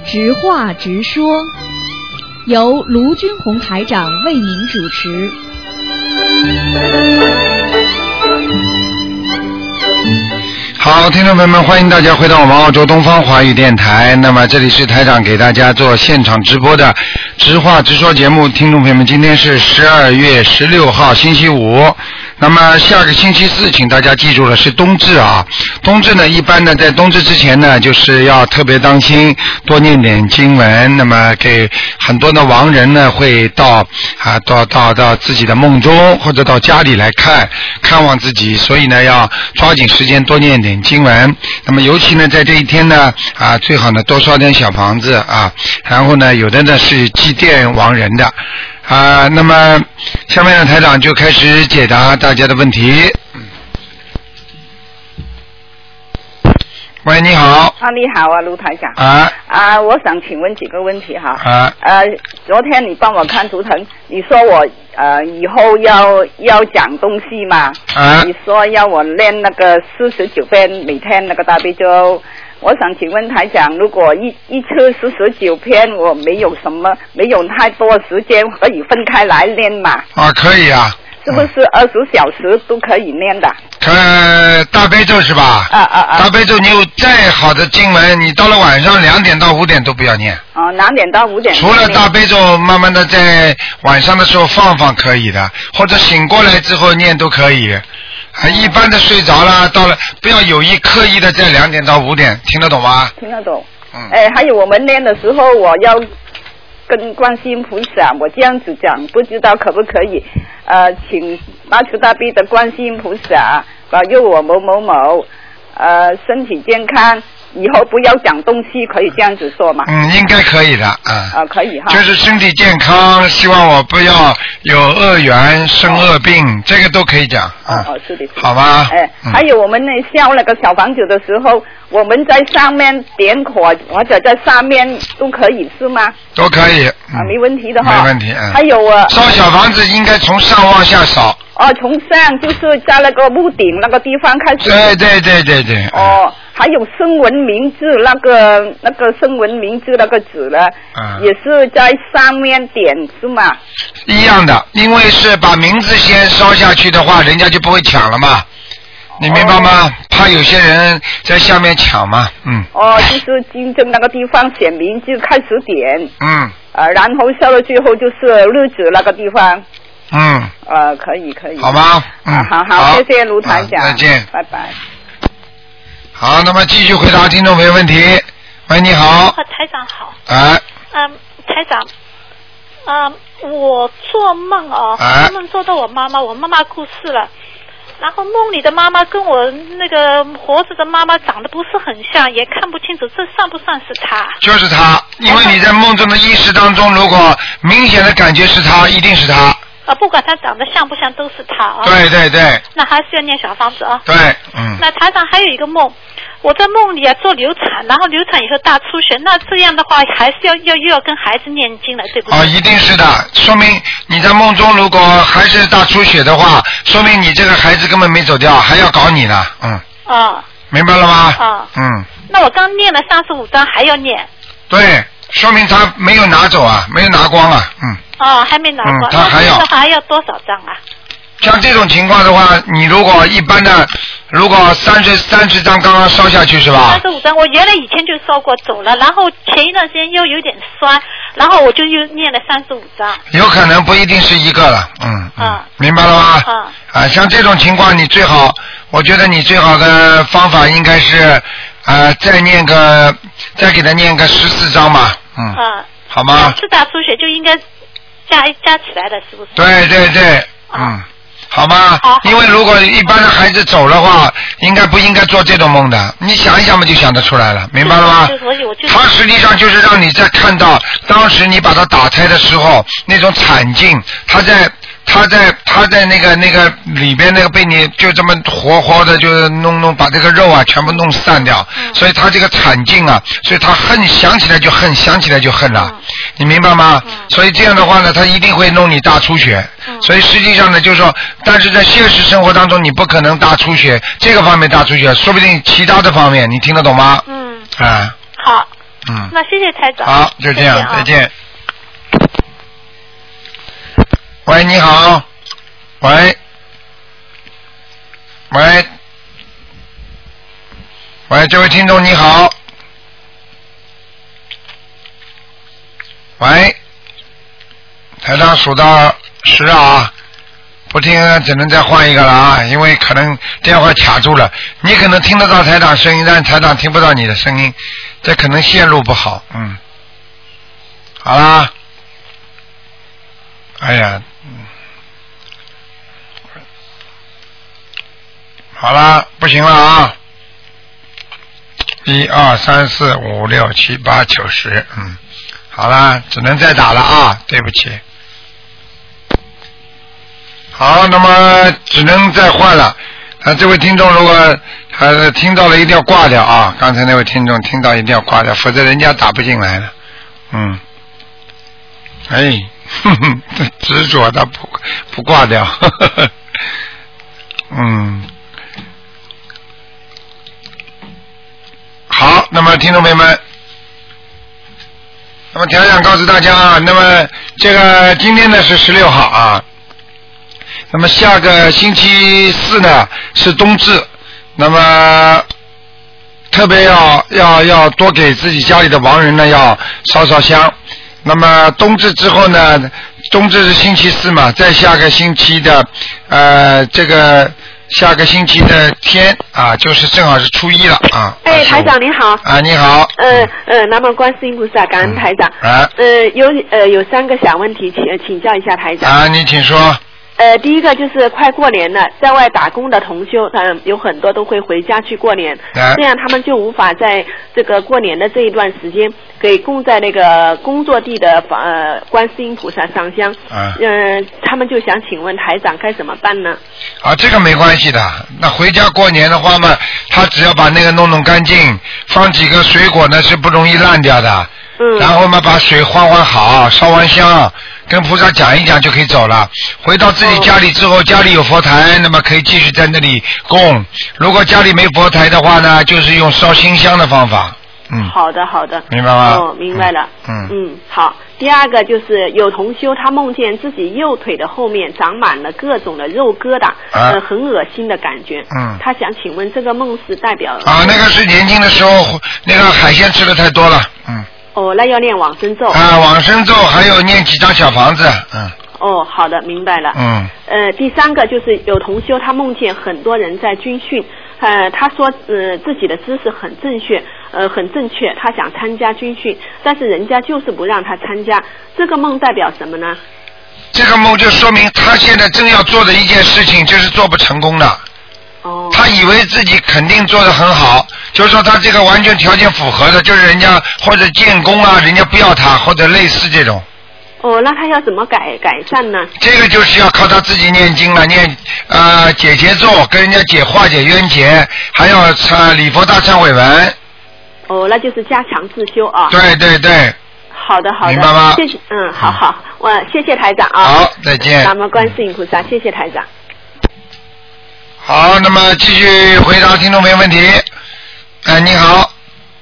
直话直说，由卢军红台长为您主持。 好，听众朋友们，欢迎大家回到我们澳洲东方华语电台。那么这里是台长给大家做现场直播的直话直说节目。听众朋友们，今天是12月16号星期五。那么下个星期四，请大家记住了，是冬至啊。冬至呢，一般呢在冬至之前呢，就是要特别当心，多念点经文。那么给很多的亡人呢，会到自己的梦中或者到家里来看望自己，所以呢要抓紧时间多念点经文。那么尤其呢在这一天呢最好呢多烧点小房子啊。然后呢有的呢是祭奠亡人的。那么下面呢台长就开始解答大家的问题。喂，你好。 你好啊，卢台长。我想请问几个问题哈。昨天你帮我看图腾，你说我以后要讲东西嘛？你说要我练那个49遍每天那个大悲咒。我想请问台长，如果一次49篇，我没有太多时间，可以分开来练嘛？ 可以啊。 是不是20小时都可以念的？ 大悲咒是吧？大悲咒你有再好的经文，你到了晚上2点到5点都不要念。 2点到5点。 除了大悲咒，慢慢的在晚上的时候放可以的，或者醒过来之后念都可以。一般的睡着了，到了不要有意刻意的在2点到5点，听得懂吗？ 听得懂。还有我们念的时候，我要跟观世音菩萨，我这样子讲，不知道可不可以？请大慈大悲的观世音菩萨保佑我某某某身体健康，以后不要讲东西，可以这样子说吗？ 应该可以的。 可以哈。就是身体健康，希望我不要有恶缘生恶病，这个都可以讲。 是的。 好吗？ 还有我们那烧那个小房子的时候，我们在上面点火或者在上面都可以是吗？ 都可以。 没问题的哈。 没问题。 还有烧小房子应该从上往下烧。 从上就是在那个屋顶那个地方开始。 对。 还有声闻名字那个声闻名字那个纸呢，也是在上面点是吗？ 一样的，因为是把名字先烧下去的话，人家就不会抢了嘛。你明白吗？怕有些人在下面抢嘛。 就是金正那个地方写名字开始点。然后烧到最后就是日子那个地方。可以。 好吗？ 好，谢谢卢台长。 再见。 拜拜。 好，那么继续回答听众朋友问题。喂，你好。 台长好。台长，我做梦做梦做到我妈妈过世了，然后梦里的妈妈跟我那个活着的妈妈长得不是很像，也看不清楚，这算不算是她？ 就是她，因为你在梦中的意识当中，如果明显的感觉是她，一定是她。 不管她长得像不像都是她啊。 对。 那还是要念小房子啊。 对。 那台长还有一个梦，我在梦里做流产，然后流产以后大出血，那这样的话还是又要跟孩子念经了，对不对？ 一定是的，说明你在梦中如果还是大出血的话，说明你这个孩子根本没走掉，还要搞你呢。明白了吗？ 那我刚念了35章，还要念。 对，说明他没有拿走啊，没有拿光啊。 还没拿光。 他还要多少张啊？ 像这种情况的话，你如果一般的，如果30张刚刚烧下去是吧 ？35张，我原来以前就烧过走了，然后前一段时间又有点酸，然后我就又念了35张。 有可能不一定是一个了，明白了吗？像这种情况，我觉得你最好的方法应该是，再给他念个14张吧，好吗？ 是大出血就应该加起来的，是不是？ 对。好吗？因为如果一般的孩子走的话，不应该做这种梦的？你想一想嘛，就想得出来了，明白了吗？他实际上就是让你在看到当时你把他打胎的时候那种惨境，他在那个里边那个被你就这么活的就弄把这个肉全部弄散掉，所以他这个惨境所以他想起来就恨了，你明白吗？所以这样的话呢，他一定会弄你大出血。所以实际上呢，就是说，但是在现实生活当中，你不可能大出血，这个方面大出血，说不定其他的方面，你听得懂吗？ 好。 那谢谢台长。 好，就这样，再见。喂，你好。喂。喂，这位听众你好。喂，台长数到10啊，不听只能再换一个了啊，因为可能电话卡住了。你可能听得到台长声音，但台长听不到你的声音，这可能线路不好。好啦。哎呀，好啦，不行了啊！1、2、3、4、5、6、7、8、9、10，好啦，只能再打了啊，对不起。好，那么只能再换了。这位听众如果听到了，一定要挂掉啊！刚才那位听众听到一定要挂掉，否则人家打不进来了。执着的不挂掉。好，那么听众朋友们，那么台长告诉大家啊，那么这个今天呢是16号啊，那么下个星期4呢是冬至，那么特别要多给自己家里的亡人呢要烧香。那么冬至之后呢，冬至是星期4嘛，在下个星期的下个星期的天啊，就是正好是初1了啊。 台长你好。 你好。 南无观世音菩萨，感恩台长。有3个小问题请教一下台长。 你请说。 第一个就是快过年了，在外打工的同修，有很多都会回家去过年，这样他们就无法在这个过年的这一段时间给供在那个工作地的观世音菩萨上香。他们就想请问台长该怎么办呢？ 这个没关系的。那回家过年的话嘛，他只要把那个弄干净，放几个水果呢是不容易烂掉的。然后嘛，把水换好，烧完香，跟菩萨讲一讲就可以走了。回到自己家里之后，家里有佛台，那么可以继续在那里供。如果家里没佛台的话呢，就是用烧新香的方法。 好的， 明白吗？ 明白了。好。第二个就是有同修他梦见自己右腿的后面长满了各种的肉疙瘩，很恶心的感觉。他想请问这个梦是代表那个是年轻的时候那个海鲜吃的太多了。 那要念往生咒。 往生咒还有念几张小房子。 好的，明白了。第3个就是有同修他梦见很多人在军训，他说自己的知识很正确，他想参加军训，但是人家就是不让他参加，这个梦代表什么呢？ 这个梦就说明他现在正要做的一件事情就是做不成功的。他以为自己肯定做得很好，就是说他这个完全条件符合的，就是人家或者建功啊，人家不要他，或者类似这种。 那他要怎么改善呢？ 这个就是要靠他自己念经了，念解结咒，跟人家化解冤结，还要礼佛大忏悔文。 那就是加强自修啊。 对。 好的。 明白吗？ 谢谢。好，谢谢台长啊。 好，再见。 南无观世音菩萨，谢谢台长。 好，那么继续回答听众朋友问题。你好。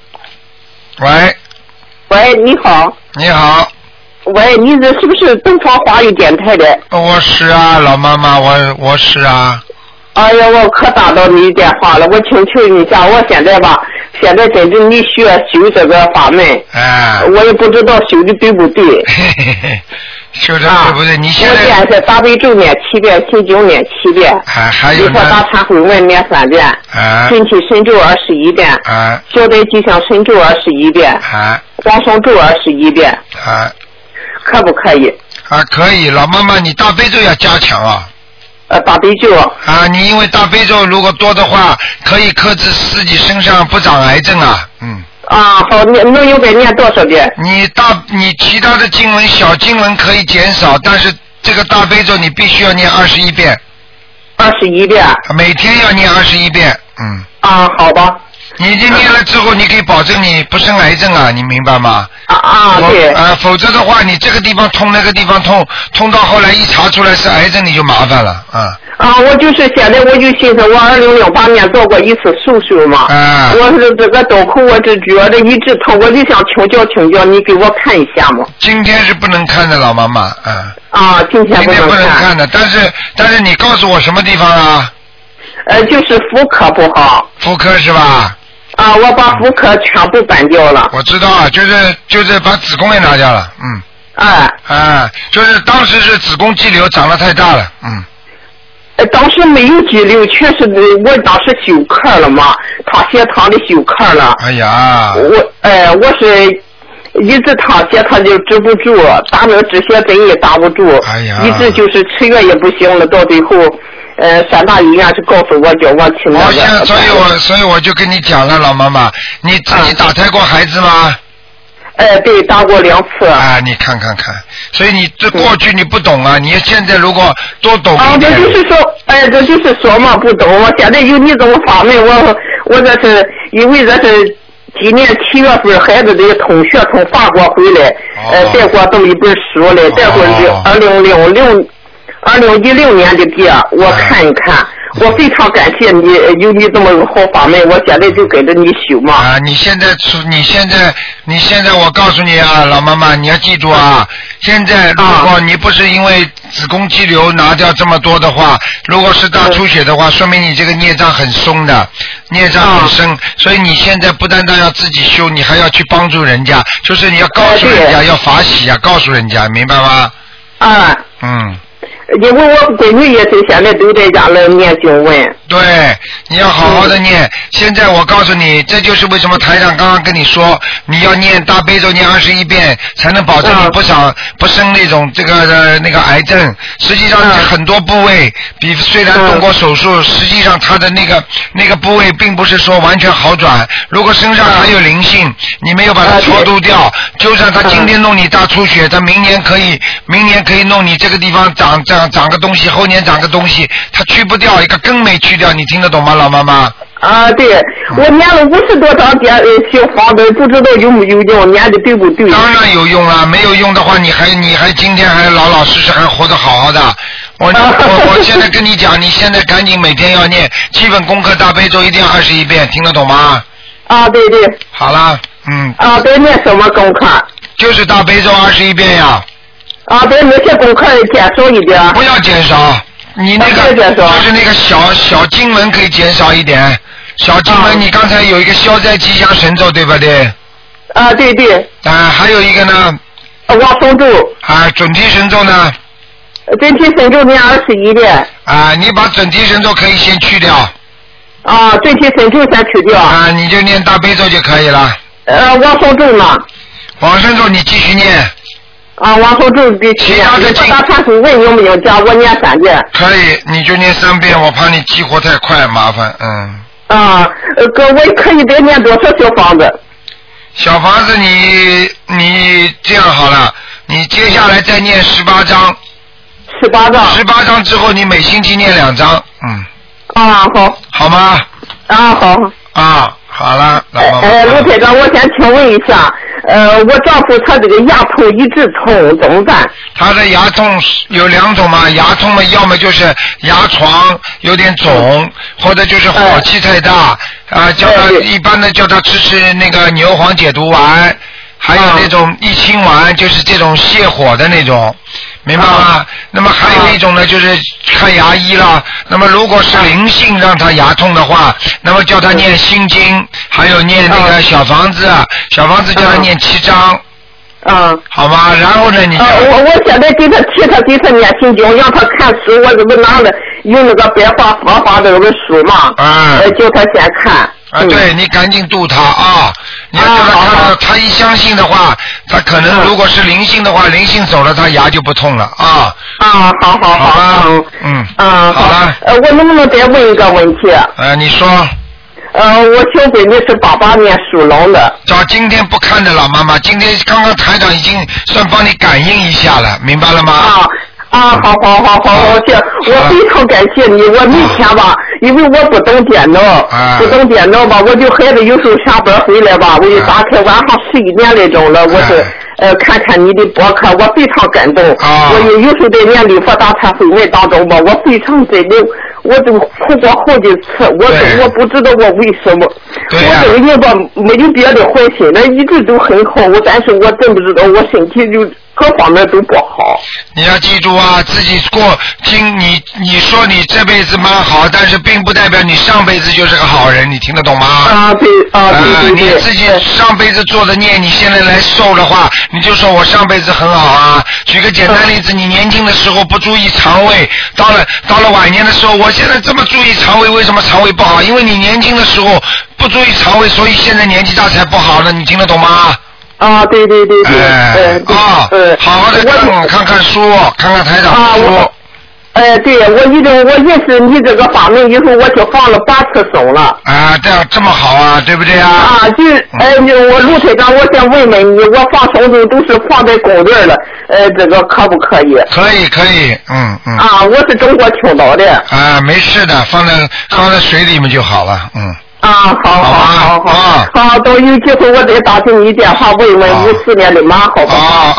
喂，你好。 你好。 喂，你是不是东方华语电台的？ 我是啊，老妈妈，我是啊。 哎呀，我可打到你电话了，我请求你讲，我现在跟着你学修这个法门，我也不知道修的对不对。 修的对不对？你现在我现在大悲咒念7遍，心经念7遍， 还有礼佛大忏悔文念3遍，准提神咒21遍，消灾吉祥神咒21遍，往生咒21遍，可不可以？ 可以，老妈妈，你大悲咒要加强啊。 大悲咒你因为大悲咒如果多的话，可以克制自己身上不长癌症啊。 好，能有该念多少遍？ 你其他的经文小经文可以减少，但是这个大悲咒你必须要念21遍。 21遍。 每天要念21遍。 好吧。 你已经念了之后，你可以保证你不生癌症啊，你明白吗？ 对。 否则的话，你这个地方痛，那个地方痛，痛到后来一查出来是癌症，你就麻烦了啊。 我就是现在我就寻思，我2008年做过一次手术嘛。我是这个刀口，我这觉得一直痛，我就想请教，你给我看一下嘛。 今天是不能看的，老妈妈。 今天不能看的，但是你告诉我什么地方啊？ 就是妇科不好。 妇科是吧？ 我把妇科全部搬掉了。 我知道啊，就是把子宫也拿掉了，就是当时是子宫肌瘤长得太大了， 当时没有肌瘤，确实我当时休克了嘛，糖血糖的休克了。 哎呀。 我是一直糖血糖就止不住，打那个止血针也打不住。 哎呀。 一直就是吃药也不行了，到最后。三大医院是告诉我叫我去那个。 所以我就跟你讲了，老妈妈，你自己打胎过孩子吗？ 对，打过2次。 你看，所以你这过去你不懂啊，你现在如果多懂一点。 这就是说嘛，不懂。我现在有你这种方面，我这是因为这是今年7月份孩子的同学从法国回来，带过这么一本书来，带过2016年的碟，我看一看。我非常感谢你，有你这么个好方面，我现在就跟着你修嘛。 你现在，我告诉你啊，老妈妈，你要记住啊，现在如果你不是因为子宫肌瘤拿掉这么多的话，如果是大出血的话，说明你这个孽障很松的，孽障很深，所以你现在不单单要自己修，你还要去帮助人家，就是你要告诉人家，要法喜啊，告诉人家，明白吗？ 因为我闺女也是现在都在家来念经文。 对，你要好好的念。现在我告诉你，这就是为什么台长刚刚跟你说，你要念大悲咒念21遍，才能保证你不生那种那个癌症。实际上很多部位，虽然动过手术，实际上它的那个部位并不是说完全好转。如果身上还有灵性，你没有把它超度掉，就算他今天弄你大出血，他明年可以弄你这个地方长个东西，后年长个东西，他去不掉，一个根没去掉，你听得懂吗，老妈妈？ 对，我念了50多张小房子，不知道有没有用，念的对不对？ 当然有用了，没有用的话，你还今天还老老实实还活得好好的。我现在跟你讲，你现在赶紧每天要念基本功课大悲咒一定要21遍，听得懂吗？ 对。 好了， 对，念什么功课？ 就是大悲咒21遍呀。 对，那些功课减少一点。 不要减少，你那个就是那个小经文可以减少一点。小经文，你刚才有一个消灾吉祥神咒，对不对？ 对。 还有一个呢？ 往生咒。 准提神咒呢？ 准提神咒念21遍。 你把准提神咒可以先去掉。 准提神咒先去掉。 你就念大悲咒就可以了。 往生咒呢？ 往生咒你继续念。 往生咒必须念。大忏悔文用不用加？我念3遍。 可以，你就念3遍，我怕你激活太快，麻烦。 哥，我可以再念多少小房子？ 小房子你这样好了，你接下来再念18章。 18章。 18章之后，你每星期念2章。 好。 好吗？ 好。 好了，老妈妈。 卢台长，我先请问一下，我丈夫他这个牙痛一直痛，怎么办？ 他的牙痛有2种嘛，牙痛嘛，要么就是牙床有点肿，或者就是火气太大，叫他一般的叫他吃那个牛黄解毒丸，还有那种益清丸，就是这种泻火的那种。明白吗？那么还有一种呢，就是看牙医了。那么如果是灵性让他牙痛的话，那么叫他念心经，还有念那个小房子，小房子叫他念7章。好吗？然后呢，你我现在给他念心经，让他看书，我这不拿了用那个白话佛法的那个书嘛，叫他先看。 对，你赶紧度他啊！你要叫他看到，他一相信的话，他可能如果是灵性的话，灵性走了，他牙就不痛了啊。 好。 好了。 我能不能再问一个问题？ 你说。 我小闺女是88年属龙的。 找今天不看的老妈妈，今天刚刚台长已经算帮你感应一下了，明白了吗？ 啊，好，谢，我非常感谢你。我那天吧，因为我不懂电脑，吧，我就孩子有时候下班回来吧，我就打开晚上11点来钟了，我是看看你的博客，我非常感动。我也有时候在念礼佛大忏悔文当中吧，我非常真的，我就哭过好几次，我不知道我为什么，我这个人吧没有别的坏心的，一直都很好，但是我真不知道我身体就各方面都不好。 你要记住啊，自己你说你这辈子蛮好，但是并不代表你上辈子就是个好人，你听得懂吗？ 对， 你自己上辈子做的孽，你现在来受的话，你就说我上辈子很好啊。举个简单例子，你年轻的时候不注意肠胃，到了晚年的时候，我现在这么注意肠胃，为什么肠胃不好？因为你年轻的时候不注意肠胃，所以现在年纪大才不好了，你听得懂吗？ 对， 好好的看看书，看看台长书。 对，我认识你这个法门以后，我就放了8次手了。 这么好啊，对不对啊？ 我卢台长，我想问问你，我放手中都是放在公园了，这个可不可以？ 可以， 我是中国青岛的。 没事的，放在水里面就好了， 好，等有机会我再打给你电话问问54年的马好不好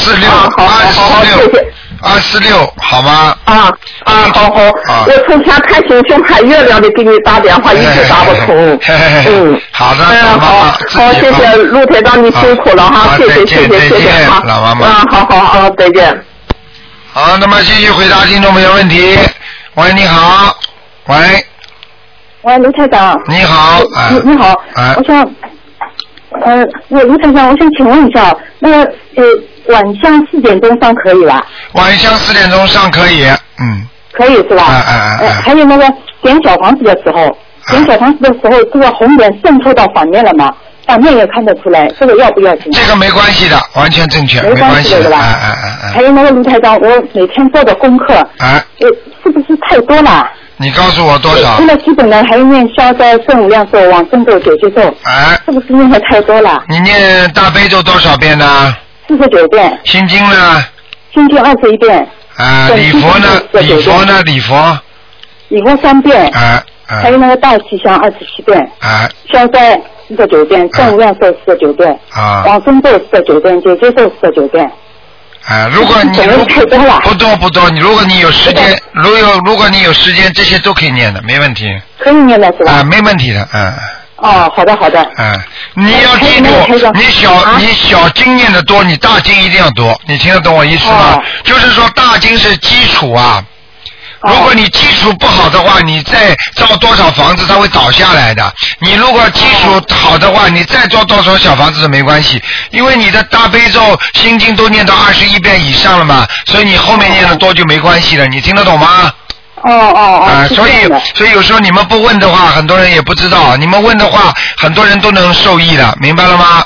？246，好吗？ 好，我从前看星星看月亮的给你打电话，一直打不通。 好的， 好，谢谢卢台长，你辛苦了哈，谢谢老妈妈。 好，再见。 好，那么继续回答听众朋友问题。喂，你好。 喂，卢台长。 你好。 你好。我想，卢台长，我想请问一下，那个晚上4点钟上可以吧？ 晚上4点钟上可以， 可以是吧？还有那个点小房子的时候，这个红点渗透到反面了吗？反面也看得出来，这个要不要紧？ 这个没关系的，完全正确，没关系的， 对吧？还有那个卢台长，我每天做的功课，是不是太多了？ 你告诉我多少？ 除了基本的，还有念消灾、圣无量咒、往生咒、解结咒。是不是念的太多了？ 你念大悲咒多少遍呢 ？49遍。 心经呢？ 心经21遍。 礼佛呢？礼佛 3遍。还有那个大吉祥27遍。消灾49遍，圣无量咒49遍。往生咒49遍，解结咒49遍。 如果你不多，如果你有时间，如果你有时间，这些都可以念的，没问题。 可以念的是吧？ 没问题的， 好的。 你要记住，你小经念的多，你大经一定要多，你听得懂我意思吗？就是说大经是基础啊。如果你基础不好的话，你再造多少房子它会倒下来的。你如果基础好的话，你再造多少小房子都没关系，因为你的大悲咒、心经都念到21遍以上了嘛，所以你后面念的多就没关系了。你听得懂吗？所以有时候你们不问的话，很多人也不知道；你们问的话，很多人都能受益的，明白了吗？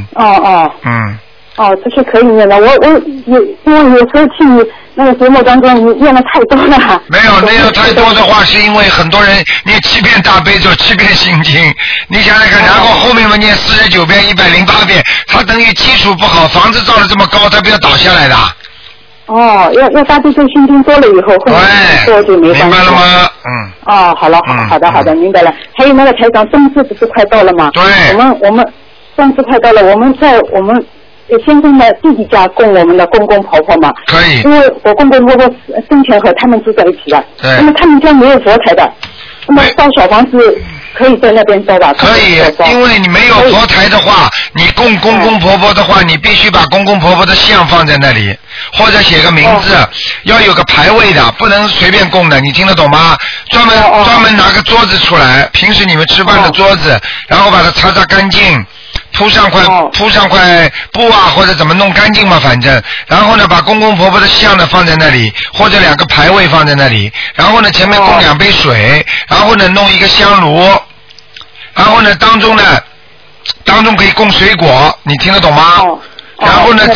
这是可以念的。因为有时候听你那个节目当中，你念的太多了。 没有念的太多的话，是因为很多人念7遍大悲咒、7遍心经，你想想看，然后后面嘛念49遍、108遍，他等于基础不好，房子造的这么高，他不要倒下来的。 要大悲咒心经多了以后，后面多就没关系。 明白了吗？ 好的，明白了。还有那个台长，冬至不是快到了吗？ 对。 我们冬至快到了，我们在我们先生的弟弟家供我们的公公婆婆嘛。 可以。 因为我公公婆婆生前和他们住在一起的。 对。 那么他们家没有佛台的，那么烧小房子可以在那边烧吧？ 可以，因为你没有佛台的话，你供公公婆婆的话，你必须把公公婆婆的像放在那里，或者写个名字，要有个牌位的，不能随便供的，你听得懂吗？专门拿个桌子出来，平时你们吃饭的桌子，然后把它擦干净。铺上块布啊，或者怎么弄干净嘛，反正，然后呢，把公公婆婆的像呢放在那里，或者2个牌位放在那里，然后呢，前面供2杯水，然后呢，弄一个香炉，然后呢，当中可以供水果，你听得懂吗？然后呢，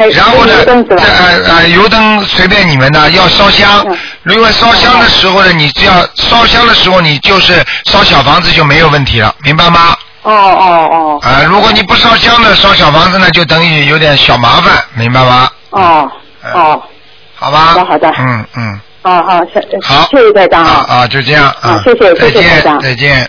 油灯随便你们的，要烧香。如果烧香的时候呢，你只要烧香的时候，你就是烧小房子就没有问题了，明白吗？如果你不烧香的烧小房子呢，就等于有点小麻烦，明白吗？ 好好吧？ 好的。好，谢谢台长啊，就这样啊， 谢谢台长， 再见。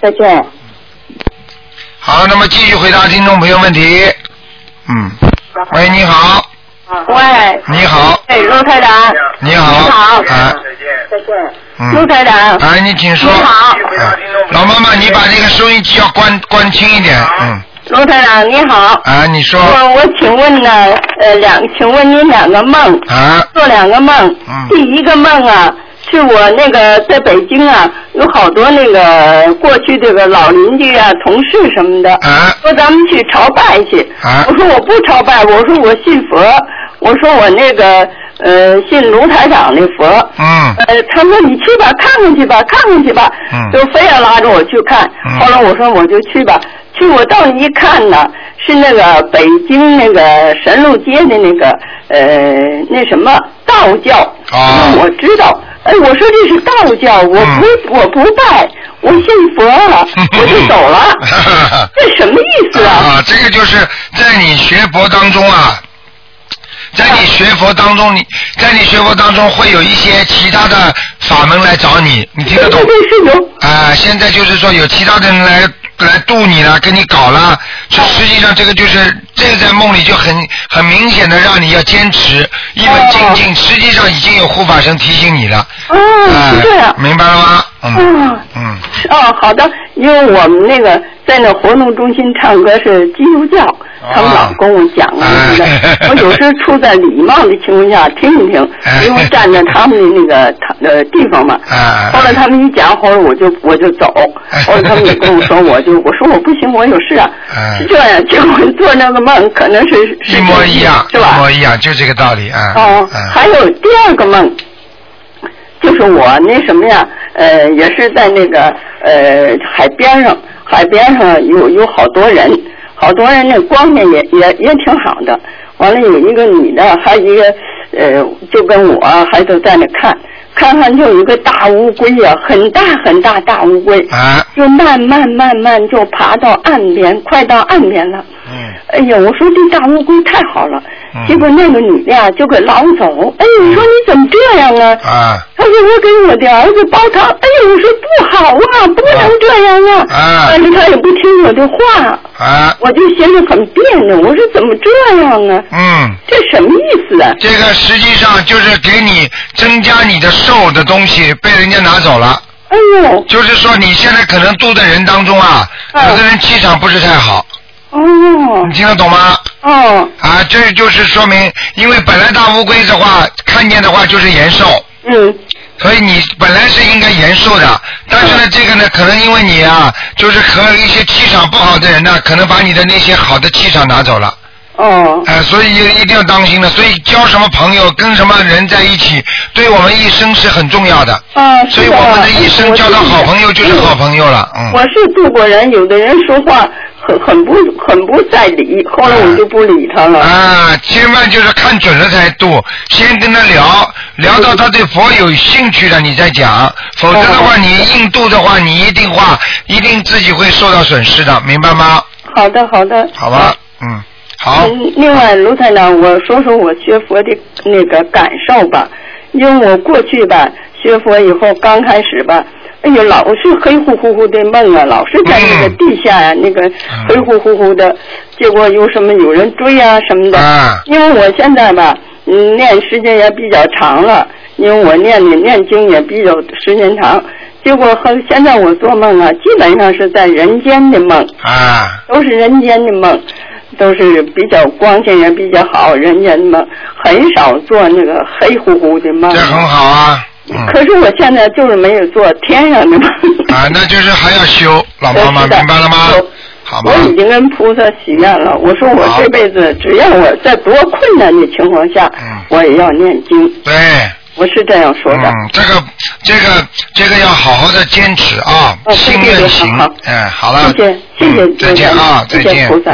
好，那么继续回答听众朋友问题。喂，你好。 喂。 你好。 陆台长。 你好。 你好。 再见。 陆台长。 你请说。 你好。 老妈妈，你把这个收音机要关轻一点。 陆台长你好。 你说。 我请问呢，请问你2个梦。做2个梦。第一个梦啊，是我那个在北京啊，有好多那个过去这个老邻居啊、同事什么的，说咱们去朝拜去。我说我不朝拜，我说我信佛，我说我那个信卢台长的佛。他说你去吧，看看去吧，就非要拉着我去看。后来我说我就去吧。我到那一看呢，是那个北京那个神路街的那个那什么道教。我知道，我说这是道教，我不拜，我信佛了，我就走了。这什么意思啊？ 这个就是在你学佛当中啊。在你学佛当中会有一些其他的法门来找你，你听得懂？现在就是说有其他的人来度你了，跟你搞了，实际上这个在梦里就很明显的让你要坚持一本精进，实际上已经有护法神提醒你了。 是这样。 明白了吗？ 好的，因为我们那个在那活动中心唱歌是基督教，他们老跟我讲我有时处在礼貌的情况下听一听，因为站在他们的那个地方嘛。后来他们一讲，后来我就走，后来他们也跟我说，我说我不行，我有事啊。是这样，结果做那个梦可能是一模一样， 是吧？ 一模一样，就这个道理啊。 还有第二个梦。就是我那什么呀，也是在那个海边上有好多人那光线也挺好的。完了有一个女的，还有一个就跟我还都在那看就有一个大乌龟啊，很大大乌龟，就慢慢就爬到岸边，快到岸边了。哎呀，我说这大乌龟太好了，结果那个女的呀就给捞走。哎，我说你怎么这样啊？他说我给我的儿子煲汤。哎呀，我说不好啊，不能这样啊。但是他也不听我的话。我就心里很别扭，我说怎么这样啊？这什么意思啊？ 这个实际上就是给你增加你的寿的东西被人家拿走了。 哎呦， 就是说你现在可能度的人当中啊，有的人气场不是太好。你听得懂吗？这就是说明，因为本来大乌龟的话，看见的话就是延寿。所以你本来是应该延寿的，但是呢，这个呢，可能因为你啊，就是和一些气场不好的人呢，可能把你的那些好的气场拿走了。所以一定要当心的。所以交什么朋友，跟什么人在一起，对我们一生是很重要的。所以我们的一生交到好朋友就是好朋友了。 我是度过人，有的人说话很不在理，后来我就不理他了。 千万就是看准了才度，先跟他聊到他对佛有兴趣了，你再讲。否则的话，你硬度的话，你一定自己会受到损失的，明白吗？ 好的。 好吧，好。 另外，卢台长，我说说我学佛的那个感受吧。因为我过去吧，学佛以后刚开始吧，哎呀，老是黑乎乎的梦啊，老是在那个地下呀，那个黑乎乎的，结果有人追啊什么的。因为我现在吧，念时间也比较长了，因为我念经也比较时间长，结果现在我做梦啊，基本上是在人间的梦，都是人间的梦。都是比较光线也比较好，人间的梦很少做那个黑乎乎的梦。 这很好啊。 可是我现在就是没有做天上的梦。 那就是还要修，老妈妈明白了吗？好吧。 我已经跟菩萨许愿了，我说我这辈子只要我在多困难的情况下，我也要念经。 对。 我是这样说的。 这个要好好的坚持啊，心愿行。好了。 谢谢。 再见啊，再见。 菩萨。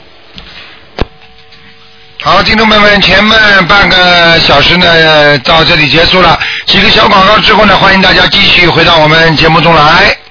好，听众朋友们，前面半个小时呢到这里结束了，几个小广告之后呢，欢迎大家继续回到我们节目中来。